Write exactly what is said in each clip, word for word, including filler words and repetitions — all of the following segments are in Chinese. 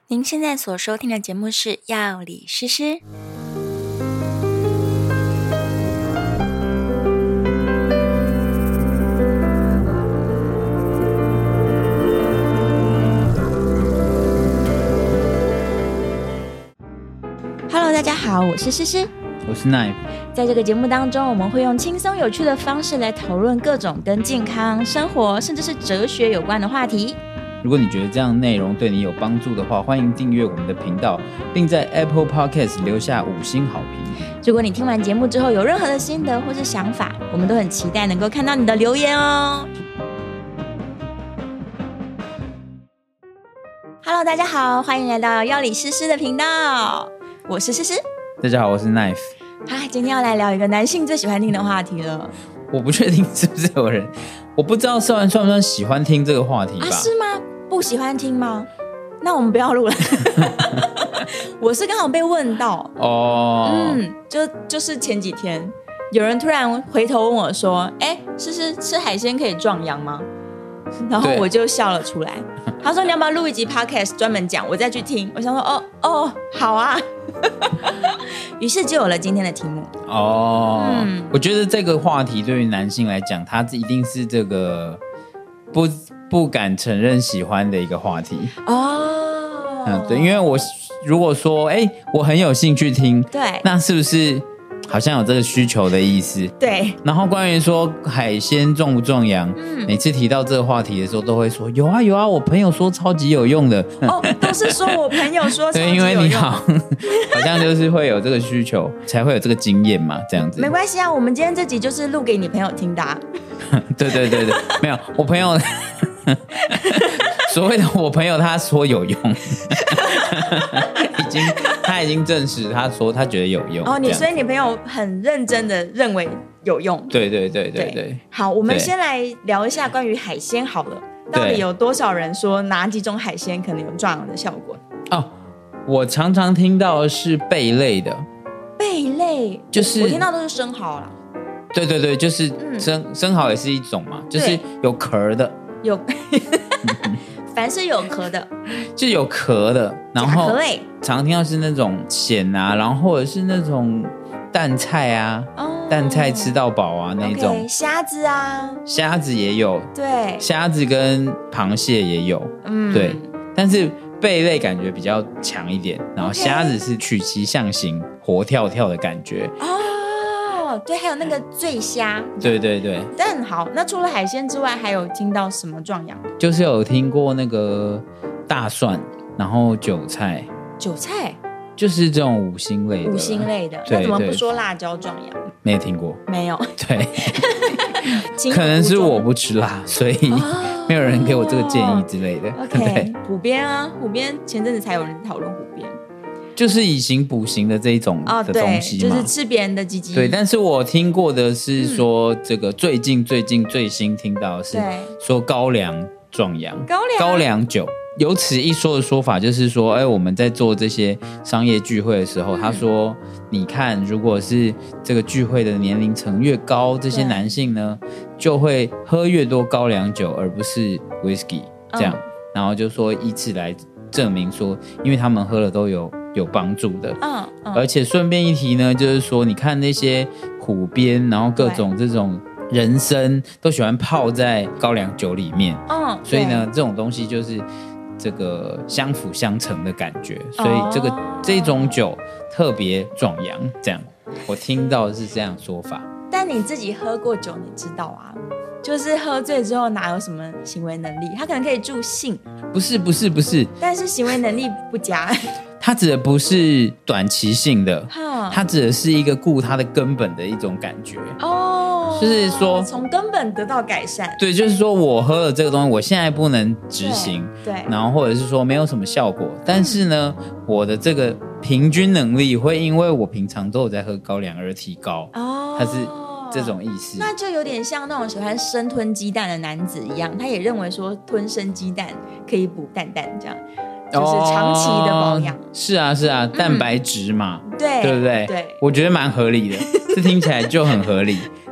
您现在所收听的节目是药理诗诗。Hello， 大家好，我是诗诗， 我是 Knife。 在这个节目当中，我们会用轻松有趣的方式来讨论各种跟健康、生活，甚至是哲学有关的话题。 如果你觉得这样的内容对你有帮助的话，欢迎订阅我们的频道，并在 Apple Podcast 留下五星好评。 如果你听完节目之后有任何的心得或是想法，我们都很期待能够看到你的留言哦。Hello， 大家好，欢迎来到药理诗诗的频道，我是诗诗。 大家好，我是 Knife。 嗨，今天要来聊一个男性最喜欢听的话题了。 我不确定是不是有人，我不知道算算不算喜欢听这个话题吧？ 啊，是吗？不喜欢听吗？那我们不要录了。我是刚好被问到哦， 嗯，就就是前几天有人突然回头问我说：“哎，诗诗吃海鲜可以壮阳吗？”然后我就笑了出来。他说：“你要不要录一集 podcast 专门讲？我再去听。”我想说：“哦哦，好啊。”于是就有了今天的题目。 哦，嗯，我觉得这个话题对于男性来讲，他一定是这个不不敢承认喜欢的一个话题。 哦， 嗯，对，因为我如果说，哎，我很有兴趣听， 对， 那是不是好像有这个需求的意思？ 对。 然后关于说海鲜壮不壮阳，嗯，每次提到这个话题的时候，都会说有啊有啊，我朋友说超级有用的。 哦，都是说我朋友说超级有用。对， 因为你好，好像就是会有这个需求，才会有这个经验嘛，这样子。 没关系啊，我们今天这集就是录给你朋友听的啊。 对对对对，没有，我朋友所谓的我朋友，他说有用，已经他已经证实，他说他觉得有用。 哦，你所以你朋友很认真的认为有用。 对对对对 对, 对。 好，我们先来聊一下关于海鲜好了，到底有多少人说哪几种海鲜可能有壮阳的效果？ 哦，我常常听到的是贝类的。 贝类就是我听到都是生蚝啦。 对对对，就是生、嗯、生蚝也是一种嘛，就是有壳的， 有凡是有壳的， 就有壳的，然后常听到是那种蚬啊，然后或者是那种蛋菜啊，哦、蛋菜吃到饱啊那种， okay, 虾子啊， 虾子也有， 对， 虾子跟螃蟹也有，嗯，对，但是贝类感觉比较强一点，然后虾子是取其象形，活跳跳的感觉。 哦，对，还有那个醉虾， 对对对。 但好，那除了海鲜之外，还有听到什么壮阳？ 就是有听过那个大蒜，然后韭菜。 韭菜就是这种五星类的。 五星类的，那怎么不说辣椒壮阳？ 没有听过， 没有。 对，可能是我不吃辣，所以没有人给我这个建议之类的。 哦、OK， 虎鞭啊，虎鞭前阵子才有人讨论虎鞭。 就是以形补形的这一种的东西嘛， 哦、就是吃别人的鸡鸡。 对，但是我听过的是说，这个最近最近最新听到的是说高粱壮阳， 高粱高粱酒。有此一说的说法，就是说，哎，我们在做这些商业聚会的时候，嗯、他说，你看，如果是这个聚会的年龄层越高，这些男性呢，就会喝越多高粱酒，而不是 whisky 这样，嗯、然后就说以此来证明说，因为他们喝了都有。有帮助的，嗯嗯，而且顺便一提呢，就是说，你看那些虎鞭，然后各种这种人参都喜欢泡在高粱酒里面，嗯，所以呢，这种东西就是这个相辅相成的感觉，所以这个、哦、这种酒特别壮阳，这样我听到的是这样说法。 但你自己喝过酒，你知道啊，就是喝醉之后哪有什么行为能力？他可能可以助兴， 不是不是不是， 但是行为能力不佳。 它指的不是短期性的，它指的是一个顾它的根本的一种感觉哦，就是说从根本得到改善。 对，就是说我喝了这个东西，我现在不能执行， 对，对， 然后或者是说没有什么效果，但是呢，嗯、我的这个平均能力会因为我平常都有在喝高粱而提高哦，它是这种意思。 那就有点像那种喜欢生吞鸡蛋的男子一样，他也认为说吞生鸡蛋可以补蛋蛋这样。就是长期的保养、哦、 是啊是啊，蛋白质嘛、嗯、 对对不对？ 对， 我觉得蛮合理的这听起来就很合理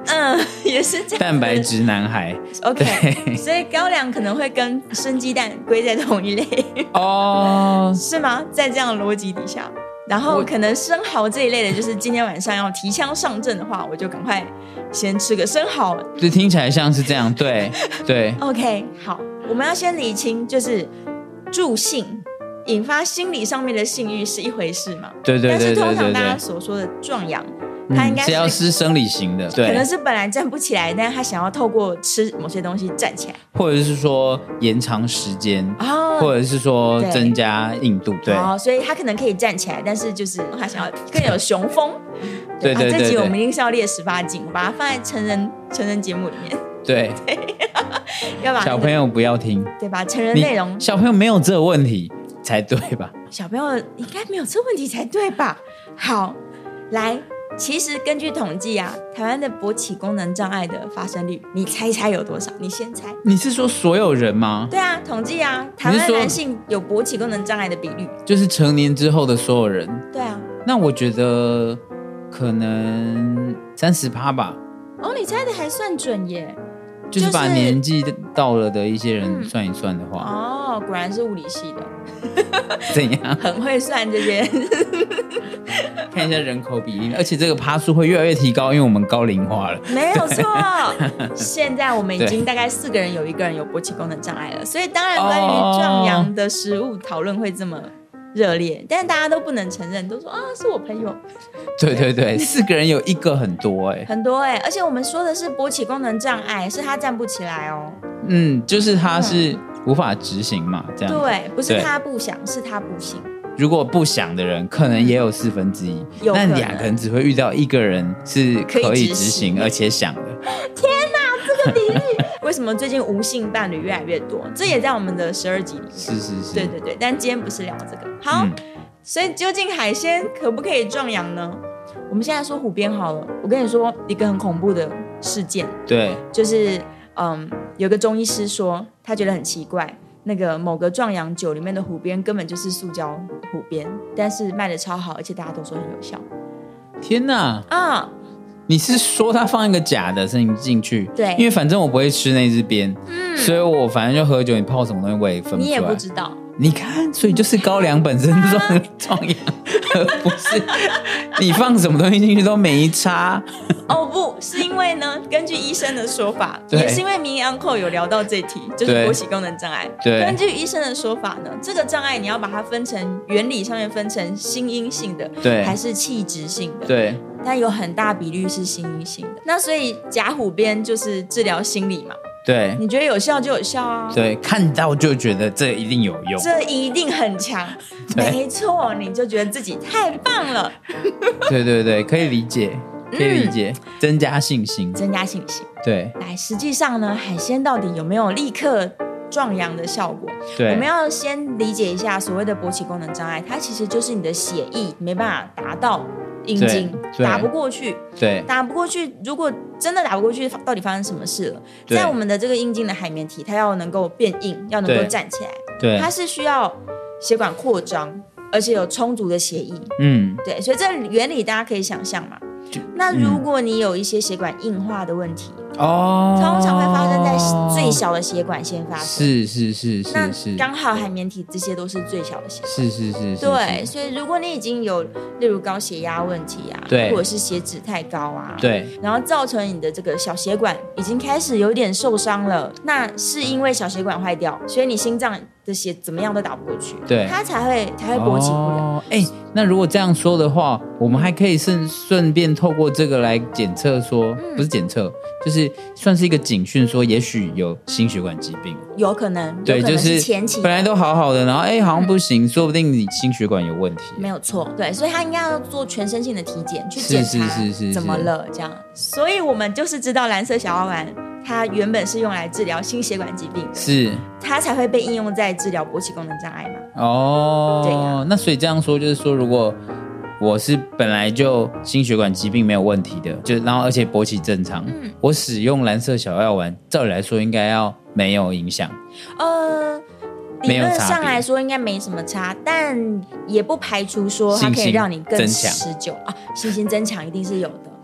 嗯，也是这样。 蛋白质男孩 ，OK， 所以高粱可能会跟生鸡蛋归在同一类哦， 是吗？在这样的逻辑底下，然后可能生蚝这一类的，就是今天晚上要提枪上阵的话，我就赶快先吃个生蚝。 这听起来像是这样，对对。 OK， 好，我们要先理清，就是助兴引发心理上面的性欲是一回事嘛？ 对对对对对对。 但是通常大家所说的壮阳。他应该是、 嗯、只要是生理型的，对， 可能是本来站不起来，但是他想要透过吃某些东西站起来， 或者是说延长时间，哦，或者是说增加硬度，对， 哦，所以他可能可以站起来，但是就是他想要更有雄风， 对对 对, 对, 对、啊， 这集我们一定是要列十八禁，把它放在成人成人节目里面， 对， 对要把、那個、 小朋友不要听， 对吧？成人内容， 小朋友没有这个问题才对吧？ 小朋友应该没有这个问题才对吧？好，来。其实根据统计啊，台湾的勃起功能障碍的发生率，你猜猜有多少？你先猜。 你是说所有人吗？ 对啊，统计啊，台湾男性有勃起功能障碍的比率， 就是成年之后的所有人。 对啊， 那我觉得可能三十趴吧。 哦，你猜的还算准耶。 就是把年纪到了的一些人算一算的话， 嗯、哦，果然是物理系的， 怎样？ 很会算这些。 看一下人口比例，而且这个趴数会越来越提高，因为我们高龄化了。 没有错，现在我们已经大概四个人有一个人有勃起功能障碍了，所以当然关于壮阳的食物讨论会这么热烈，但是大家都不能承认，都说啊是我朋友。 对对对，四个人有一个很多哎、欸， 很多哎、欸，而且我们说的是勃起功能障碍，是他站不起来哦。 嗯，就是他是无法执行嘛，这样。 对，不是他不想，是他不行。 如果不想的人，可能也有四分之一，那俩可能只会遇到一个人是可以执行而且想的。 天哪，这个比例为什么最近无性伴侣越来越多？这也在我们的十二集里面。 是是是， 对对对。但今天不是聊这个。好，嗯、所以究竟海鲜可不可以壮阳呢？我们现在说虎鞭好了。我跟你说一个很恐怖的事件， 对， 就是嗯，有个中医师说他觉得很奇怪。那个某个壮阳酒里面的虎鞭根本就是塑胶虎鞭，但是卖的超好，而且大家都说很有效。 天哪！ 啊， 你是说他放一个假的声音进去？ 对， 因为反正我不会吃那只鞭，嗯，所以我反正就喝酒，你泡什么东西我也分不出来。 你也不知道。 你看，所以就是高粱本身这种壮阳，而不是你放什么东西进去都没差。 哦，不是因为呢，根据医生的说法，也是因为明 uncle 有聊到这题，就是勃起功能障碍。 对， 根据医生的说法呢，这个障碍你要把它分成原理上面分成心因性的， 对， 还是器质性的， 对。 但有很大比率是心因性的。那所以假虎鞭就是治疗心理嘛。 对， 你觉得有效就有效啊。 对，看到就觉得这一定有用， 这一定很强，没错，你就觉得自己太棒了。 对对对，可以理解，可以理解，嗯、增加信心， 增加信心。 对， 来，实际上呢，海鲜到底有没有立刻壮阳的效果？ 对， 我们要先理解一下所谓的勃起功能障碍，它其实就是你的血液没办法达到阴茎，打不过去， 对， 打不过去。如果真的打不过去，到底发生什么事了？在我们的这个阴茎的海绵体，它要能够变硬，要能够站起来， 对， 它是需要血管扩张，而且有充足的血液。 嗯， 对，所以这原理大家可以想象嘛。那如果你有一些血管硬化的问题， 哦， 通常会发生在最小的血管先发生。 是是是是那是， 刚好海绵体这些都是最小的血管。 是是是是， 对，所以如果你已经有例如高血压问题啊， 对， 或者是血脂太高啊， 对， 然后造成你的这个小血管已经开始有点受伤了，那是因为小血管坏掉，所以你心脏的血怎么样都打不过去， 对， 它才会才会勃起不了。 哎、哦，那如果这样说的话，我们还可以顺顺便透过这个来检测说，嗯、不是检测，就是算是一个警讯，说也许有心血管疾病， 有可能， 对， 有可能就是前期本来都好好的，然后哎，好像不行，嗯、说不定你心血管有问题， 没有错，对，所以他应该要做全身性的体检，去检查怎么了，这样。所以我们就是知道蓝色小药丸，它原本是用来治疗心血管疾病的， 是它才会被应用在治疗勃起功能障碍嘛。 哦， 对呀、啊。 那所以这样说就是说，如果我是本来就心血管疾病没有问题的，就然后而且勃起正常，嗯，我使用蓝色小药丸，照理来说应该要没有影响。 呃，理论上来说应该没什么差，但也不排除说它可以让你更持久啊，信心增强一定是有的。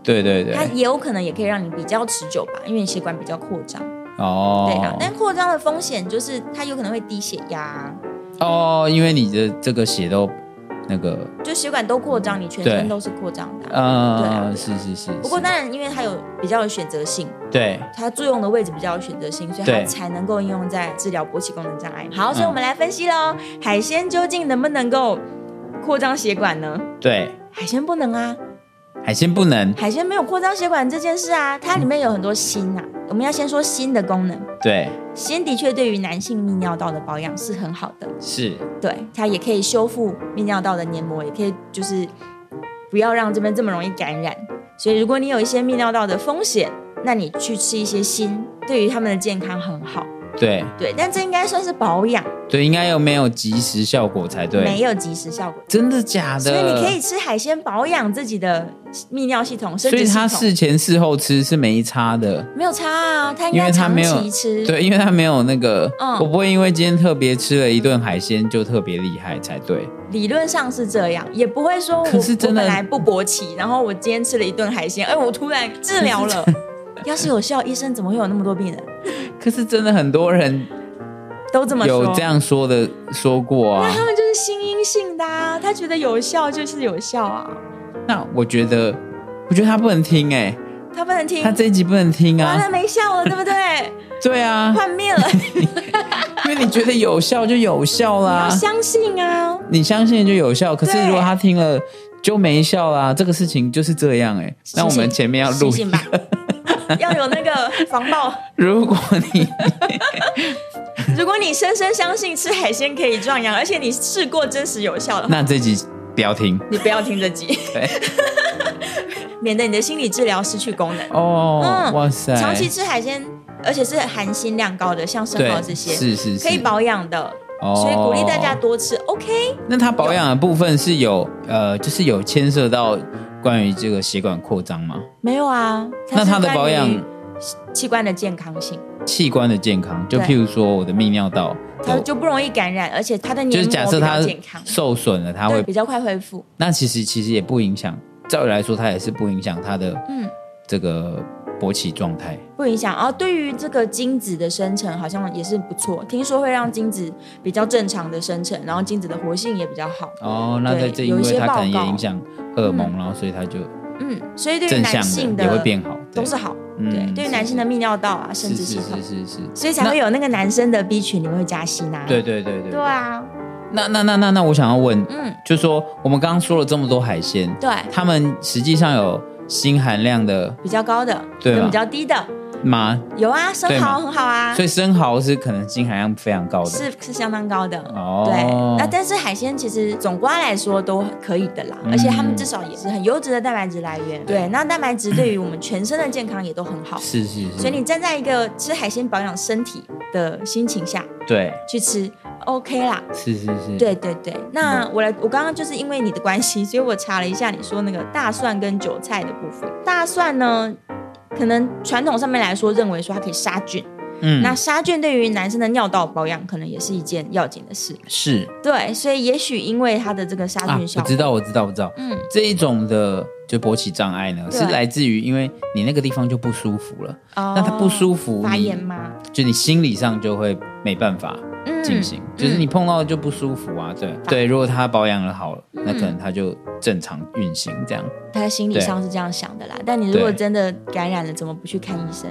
对对对， 它也有可能也可以让你比较持久吧，因为你血管比较扩张。 哦， 对啦，但扩张的风险就是它有可能会低血压。 哦，因为你的这个血都那个， 就血管都扩张，你全身都是扩张的。 呃， 对啊， 是是是。 不过当然，因为它有比较有选择性， 对， 它作用的位置比较有选择性，所以它才能够应用在治疗勃起功能障碍。好，所以我们来分析喽，嗯、海鲜究竟能不能够扩张血管呢？ 对， 海鲜不能啊。 海鲜不能， 海鲜没有扩张血管这件事啊，它里面有很多锌啊。我们要先说锌的功能。 对， 锌的确对于男性泌尿道的保养是很好的。 是， 对，它也可以修复泌尿道的黏膜，也可以就是不要让这边这么容易感染。所以如果你有一些泌尿道的风险，那你去吃一些锌，对于他们的健康很好。 对对，但这应该算是保养， 对，应该有没有及时效果才对， 没有及时效果， 真的假的？ 所以你可以吃海鲜保养自己的泌尿系统、生殖系统。 所以它事前事后吃是没差的， 没有差啊，它应该长期吃。 对，因为它没有那个， 嗯， 我不会因为今天特别吃了一顿海鲜就特别厉害才对。 理论上是这样，也不会说我可是真的我本来不勃起，然后我今天吃了一顿海鲜，哎，我突然治疗了。要是有效，医生怎么会有那么多病人？ 可是真的很多人都这么说， 有这样说的说过啊。 那他们就是心因性的啊，他觉得有效就是有效啊。 那我觉得，我觉得他不能听哎、欸， 他不能听， 他这一集不能听啊， 完了没效了，对不对？ 对啊， 幻灭了。 因为你觉得有效就有效啦， 你要相信啊， 你相信就有效。可是如果他听了就没效啦，这个事情就是这样哎、欸。那我们前面要录一个。 要有那个防爆。 如果你如果你深深相信吃海鲜可以壮阳，而且你试过真实有效的话， 那这集不要听， 你不要听这集， 对， 免得你的心理治疗失去功能。 哦，嗯、哇塞， 长期吃海鲜，而且是含锌量高的，像生蚝这些， 是是是， 可以保养的。哦、所以鼓励大家多吃 ，OK？ 那它保养的部分是有呃，就是有牵涉到关于这个血管扩张吗？ 没有啊。 那它的保养器官的健康性， 器官的健康，就譬如说我的泌尿道， 它就不容易感染，而且它的黏膜比较健康， 就是假设它受损了，它会比较快恢复。 那其实其实也不影响，照理来说，它也是不影响它的嗯这个勃起状态， 不影响。然后对于这个精子的生成，好像也是不错，听说会让精子比较正常的生成，然后精子的活性也比较好。 哦，那在这因为它可能也影响荷尔蒙，嗯、然后所以它就嗯， 所以对于男性的也会变好， 都是好。对，对于男性的泌尿道啊、生殖系统， 是是是是， 所以才会有那个男生的 B 群里面会加锌啊。 对对对对， 对啊。 那那那那那，我想要问，嗯，就说我们刚刚说了这么多海鲜， 对， 他们实际上有锌含量的比较高的， 对跟比较低的吗？ 有啊，生蚝很好啊， 所以生蚝是可能锌含量非常高的， 是是相当高的哦。 对，那但是海鲜其实总括来说都可以的啦，嗯、而且它们至少也是很优质的蛋白质来源。对，那蛋白质对于我们全身的健康也都很好。 是是是。 所以你站在一个吃海鲜保养身体的心情下， 对， 去吃 OK 啦。 是是是。 对对对，那我来，我刚刚就是因为你的关系，所以我查了一下你说那个大蒜跟韭菜的部分。大蒜呢？可能传统上面来说，认为说它可以杀菌，嗯，那杀菌对于男生的尿道保养，可能也是一件要紧的事。 是， 对，所以也许因为它的这个杀菌效果， 啊、我知道，我知道，我知道，嗯，这一种的就勃起障碍呢，是来自于因为你那个地方就不舒服了，哦、那它不舒服， 发炎吗？ 就你心理上就会没办法进行，嗯、就是你碰到就不舒服啊，对、嗯、对，如果它保养了好了，嗯、那可能它就正常运行这样。 他在心理上是这样想的啦，但你如果真的感染了，怎么不去看医生？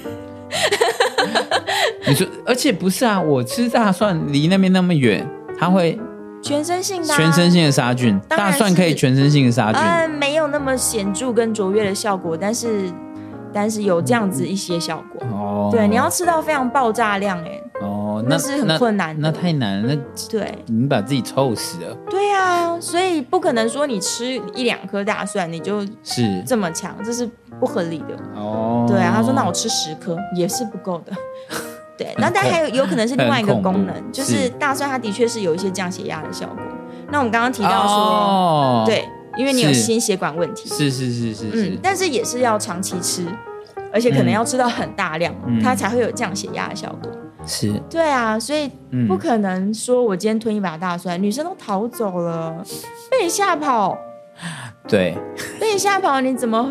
你说，而且不是啊，我吃大蒜离那边那么远，它会全身性的、啊、 全身性的杀菌，大蒜可以全身性的杀菌， 嗯，没有那么显著跟卓越的效果，但是但是有这样子一些效果。哦，对，你要吃到非常爆炸量、欸，哎， 哦， 那是很困难的， 那, 那太难了，那对， 你把自己臭死了。 对啊，所以不可能说你吃一两颗大蒜你就是这么强，这是不合理的。哦，对啊，他说那我吃十颗也是不够的。对，那但还有有可能是另外一个功能，就是大蒜它的确是有一些降血压的效果。那我们刚刚提到说，哦、对，因为你有心血管问题， 是是是是是、嗯， 但是也是要长期吃，而且可能要吃到很大量，嗯、它才会有降血压的效果。 是， 对啊，所以不可能说我今天吞一把大蒜，女生都逃走了，被你吓跑， 对， 被你吓跑，你怎么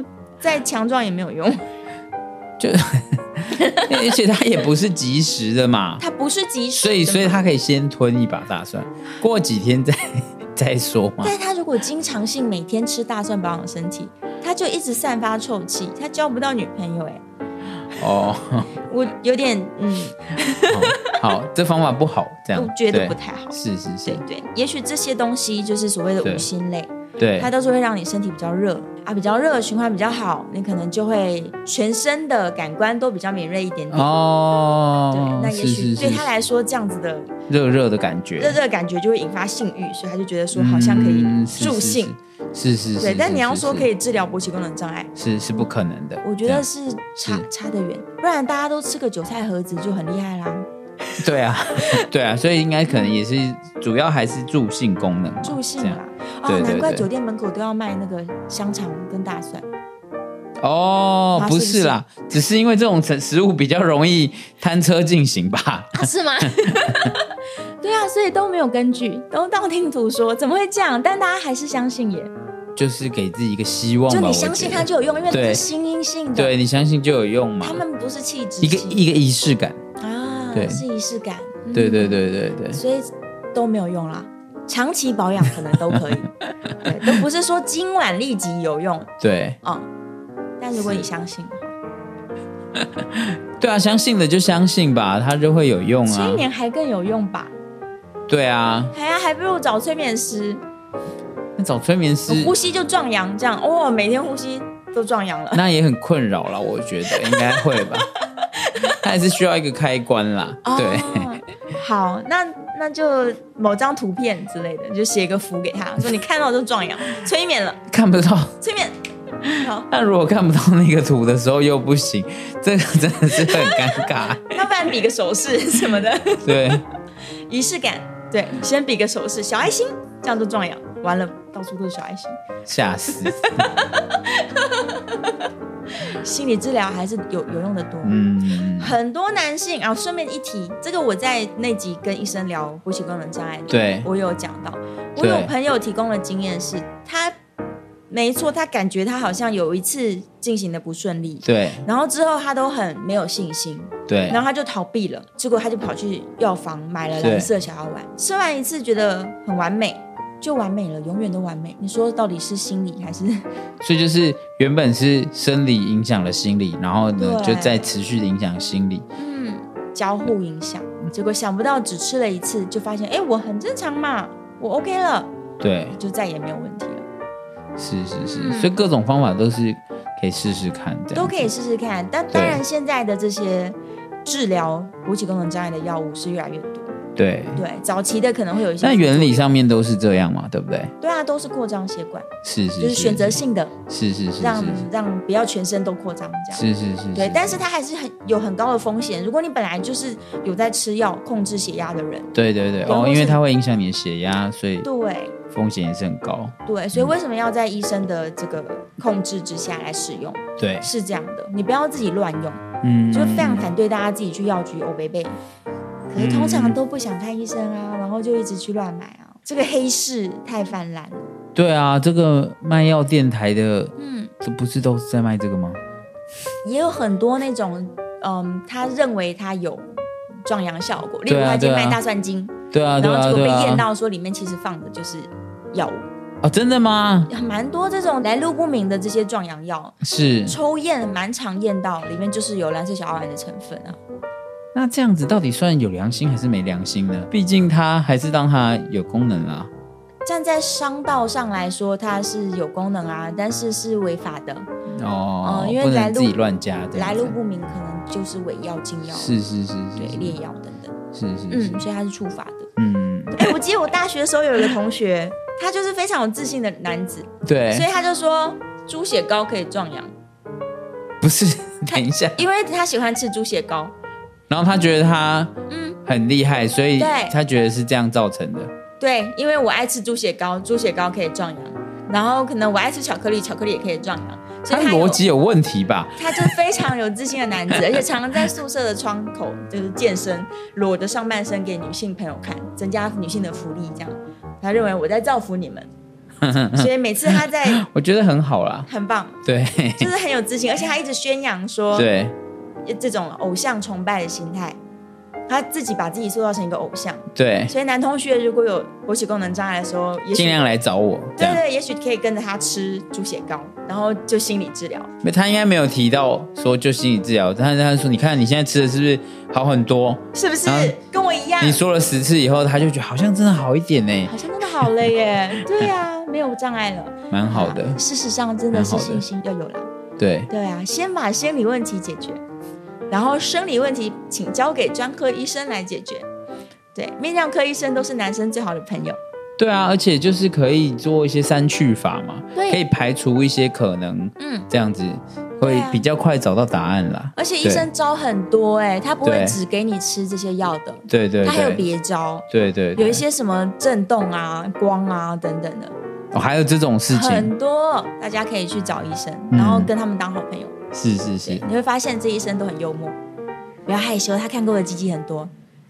再强壮也没有用。 就而且它也不是即时的嘛， 它不是即时的， 所以所以它可以先吞一把大蒜，过几天再再说嘛。 但他如果经常性每天吃大蒜保养身体，他就一直散发臭气，他交不到女朋友哎。 哦， 我有点嗯、 哦，好，这方法不好，这样我觉得不太好。 是是是， 对对，也许这些东西就是所谓的五辛类， 对， 它都是会让你身体比较热啊，比较热，循环比较好，你可能就会全身的感官都比较敏锐一点点。 哦， 对，那也许对他来说这样子的热热的感觉， 热热的感觉就会引发性欲，所以他就觉得说好像可以助兴。 嗯是是是， 对，但你要说可以治疗勃起功能障碍， 是是不可能的。 我觉得是差差得远，不然大家都吃个韭菜盒子就很厉害啦。 对啊，对啊，所以应该可能也是主要还是助兴功能， 助兴啦。哦， 对对对， 难怪酒店门口都要卖那个香肠跟大蒜。 哦，不是啦，是是只是因为这种食物比较容易摊车进行吧？ 啊、是吗？对啊，所以都没有根据，都道听途说，怎么会这样？但大家还是相信耶。 就是给自己一个希望吧， 就你相信它就有用，因为它是心因性的。 对，你相信就有用嘛。 他们不是气质， 一个一个仪式感啊，对，是仪式感。 嗯、对对对对对， 所以都没有用啦。长期保养可能都可以，对，都不是说今晚立即有用。 对， 嗯，但如果你相信的话，对啊，相信的就相信吧，它就会有用啊。 催眠还更有用吧？ 对啊， 还啊，还不如找催眠师。 那找催眠师， 呼吸就壮阳，这样哦，每天呼吸都壮阳了， 那也很困扰啦，我觉得应该会吧。它还是需要一个开关啦，哦、对。 好，那那就某张图片之类的，就写一个符给他，说你看到就壮阳，催眠了， 看不到， 催眠。好， 那如果看不到那个图的时候又不行，这个真的是很尴尬。 那不然比个手势什么的， 对， 仪式感，对，先比个手势，小爱心，这样就壮阳。完了，到处都是小爱心， 吓死！ 心理治疗还是有有用的多。嗯，很多男性啊，顺便一提，这个我在那集跟医生聊勃起功能障碍， 对， 我有讲到，我有朋友提供的经验是，他没错，他感觉他好像有一次进行的不顺利， 对， 然后之后他都很没有信心， 对， 然后他就逃避了，结果他就跑去药房买了蓝色小药丸，吃完一次觉得很完美。就完美了，永远都完美。你说到底是心理还是？ 所以就是原本是生理影响了心理，然后呢就再持续的影响心理， 嗯，交互影响。结果想不到只吃了一次，就发现哎，我很正常嘛，我 OK 了， 对， 就再也没有问题了。 是是是，嗯、所以各种方法都是可以试试看， 都可以试试看。但当然，现在的这些治疗勃起功能障碍的药物是越来越多。 对对，早期的可能会有一些， 但原理上面都是这样嘛，对不对？ 对啊，都是扩张血管， 是 是, 是， 就是选择性的， 是是 是, 是， 让让不要全身都扩张这样， 是是 是, 是， 对，但是它还是很有很高的风险。如果你本来就是有在吃药控制血压的人， 对对对，哦，因为它会影响你的血压，所以对风险也是很高。 对，所以为什么要在医生的这个控制之下来使用？ 对， 是这样的，你不要自己乱用， 嗯， 就非常反对大家自己去药局欧贝贝。可是通常都不想看医生啊，然后就一直去乱买啊，这个黑市太泛滥了。 对啊，这个卖药电台的，嗯，这不是都是在卖这个吗？ 也有很多那种，嗯，他认为他有壮阳效果，例如他今天卖大蒜精， 对啊， 然后结果被验到说里面其实放的就是药物。 哦，真的吗？ 蛮多这种来路不明的这些壮阳药， 是抽验蛮常验到里面就是有蓝色小药丸的成分啊。 那这样子到底算有良心还是没良心呢？毕竟它还是当它有功能啦。 站在商道上来说，它是有功能啊，但是是违法的哦、嗯，因为来路不能自己乱加， 来路不明可能就是伪药、禁药， 是是是是， 对，烈药等等， 是是是， 嗯，所以它是触法的。 嗯， 哎，我记得我大学的时候有一个同学，他就是非常有自信的男子， 对， 所以他就说猪血糕可以壮阳。 不是，等一下， 因为他喜欢吃猪血糕。 然后他觉得他很厉害，嗯、所以他觉得是这样造成的。 对，因为我爱吃猪血糕，猪血糕可以壮阳。然后可能我爱吃巧克力，巧克力也可以壮阳。所以他逻辑有问题吧？ 他就非常有自信的男子，而且常常在宿舍的窗口就是健身，裸着上半身给女性朋友看，增加女性的福利。这样，他认为我在造福你们。 所以每次他在我觉得很好啦， 很棒， 对， 就是很有自信，而且他一直宣扬说对这种偶像崇拜的心态，他自己把自己塑造成一个偶像。 对， 所以男同学如果有勃起功能障碍的时候，也许尽量来找我。 对对，也许可以跟着他吃猪血糕，然后就心理治疗。 他应该没有提到说就心理治疗，但是他说你看你现在吃的是不是好很多？ 是不是跟我一样？ 你说了十次以后，他就觉得好像真的好一点呢， 好像真的好了耶。对啊，没有障碍了， 蛮好的。 啊、事实上真的是信心要有了。 对对啊，先把心理问题解决，然后生理问题请交给专科医生来解决。对，泌尿科医生都是男生最好的朋友。 对啊，而且就是可以做一些删去法嘛，可以排除一些可能，嗯，这样子会比较快找到答案啦。 而且医生招很多哎、欸，他不会只给你吃这些药的， 对 对, 对， 他还有别招， 对 对, 对， 有一些什么震动啊、光啊等等的。 哦，还有这种事情很多，大家可以去找医生，然后跟他们当好朋友。 嗯、是是是， 你会发现这医生都很幽默，不要害羞，他看过的鸡鸡很多。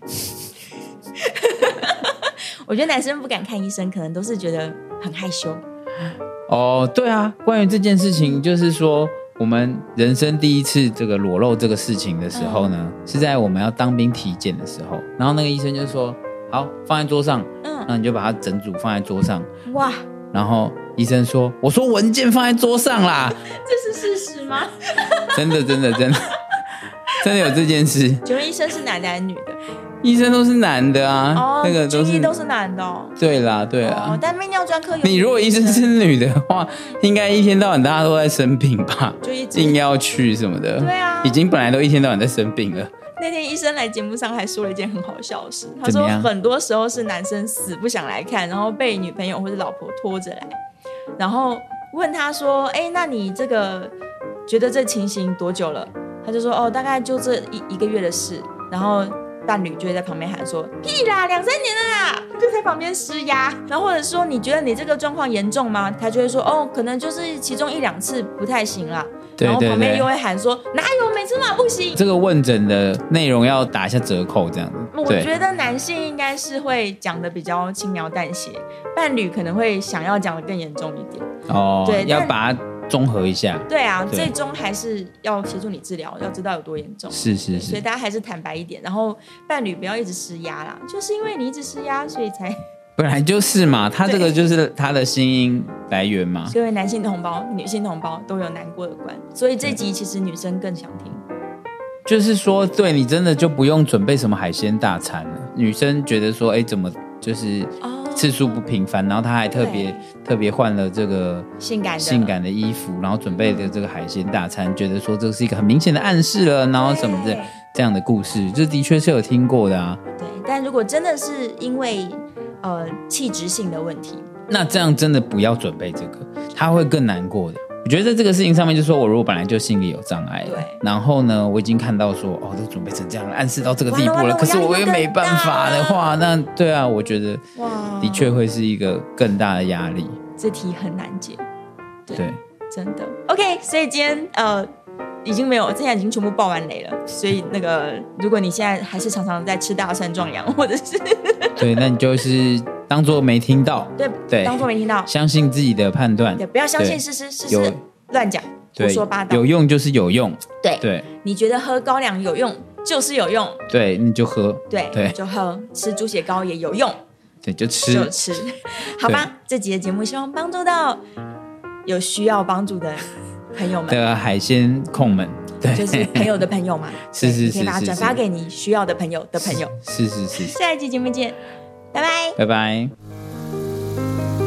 我觉得男生不敢看医生，可能都是觉得很害羞。 哦，对啊，关于这件事情，就是说我们人生第一次这个裸露这个事情的时候呢，嗯、是在我们要当兵体检的时候，然后那个医生就说：“好，放在桌上。”嗯，那你就把它整组放在桌上。哇！然后医生说：“我说文件放在桌上啦。” 这是事实吗？ 真的，真的，真的，真的有这件事。 请问医生是男的还是女的？ 医生都是男的啊，哦、那个都是都是男的、哦。 对啦，对啦。 哦、但泌尿专科有。 你如果医生是女的话，应该一天到晚大家都在生病吧？ 就一直硬要去什么的。 对啊， 已经本来都一天到晚在生病了。 那天医生来节目上还说了一件很好笑的事，他说很多时候是男生死不想来看，然后被女朋友或者老婆拖着来，然后问他说：“哎，那你这个觉得这情形多久了？”他就说：“哦，大概就这一一个月的事。”然后伴侣就会在旁边喊说：“屁啦，两三年了啦！”就在旁边施压。然后或者说：“你觉得你这个状况严重吗？”他就会说：“哦，可能就是其中一两次不太行啦。” 对对对， 然后旁边又会喊说：“哪有每次嘛不行？” 这个问诊的内容要打一下折扣，这样子。 我觉得男性应该是会讲的比较轻描淡写，伴侣可能会想要讲的更严重一点。 哦，对，要把它综合一下。 对啊，最终还是要协助你治疗，要知道有多严重。 是是是， 所以大家还是坦白一点，然后伴侣不要一直施压啦，就是因为你一直施压，所以才。 本来就是嘛，他这个就是他的心音来源嘛。 所以男性同胞、女性同胞都有难过的关，所以这集其实女生更想听。 就是说，对你真的就不用准备什么海鲜大餐了。女生觉得说，哎，怎么就是次数不频繁，然后她还特别特别换了这个性感的性感的衣服，然后准备的这个海鲜大餐，觉得说这是一个很明显的暗示了，然后什么的这样的故事，这的确是有听过的啊。 对，但如果真的是因为呃器质性的问题， 那这样真的不要准备这个，他会更难过的。我觉得在这个事情上面，就是说我如果本来就心里有障碍，对，然后呢，我已经看到说，哦，都准备成这样了，暗示到这个地步了，可是我又没办法的话，那对啊，我觉得的确会是一个更大的压力。 这题很难解，对， 对真的。OK， 所以今天呃已经没有，现在已经全部爆完雷了。所以那个，如果你现在还是常常在吃大蒜壮阳，或者是对，那你就是当作没听到， 对对，当作没听到， 相信自己的判断， 对，不要相信事实，事实乱讲，胡说八道。 有用就是有用， 对对， 你觉得喝高粱有用就是有用， 对，你就喝， 对对，就喝，吃猪血糕也有用， 对，就吃就吃，好吧？这集的节目希望帮助到有需要帮助的朋友们的海鲜控们。对， 就是朋友的朋友嘛， 是是是， 可以把它转发给你需要的朋友的朋友。 是是是， 下一期节目见，拜拜， 拜拜。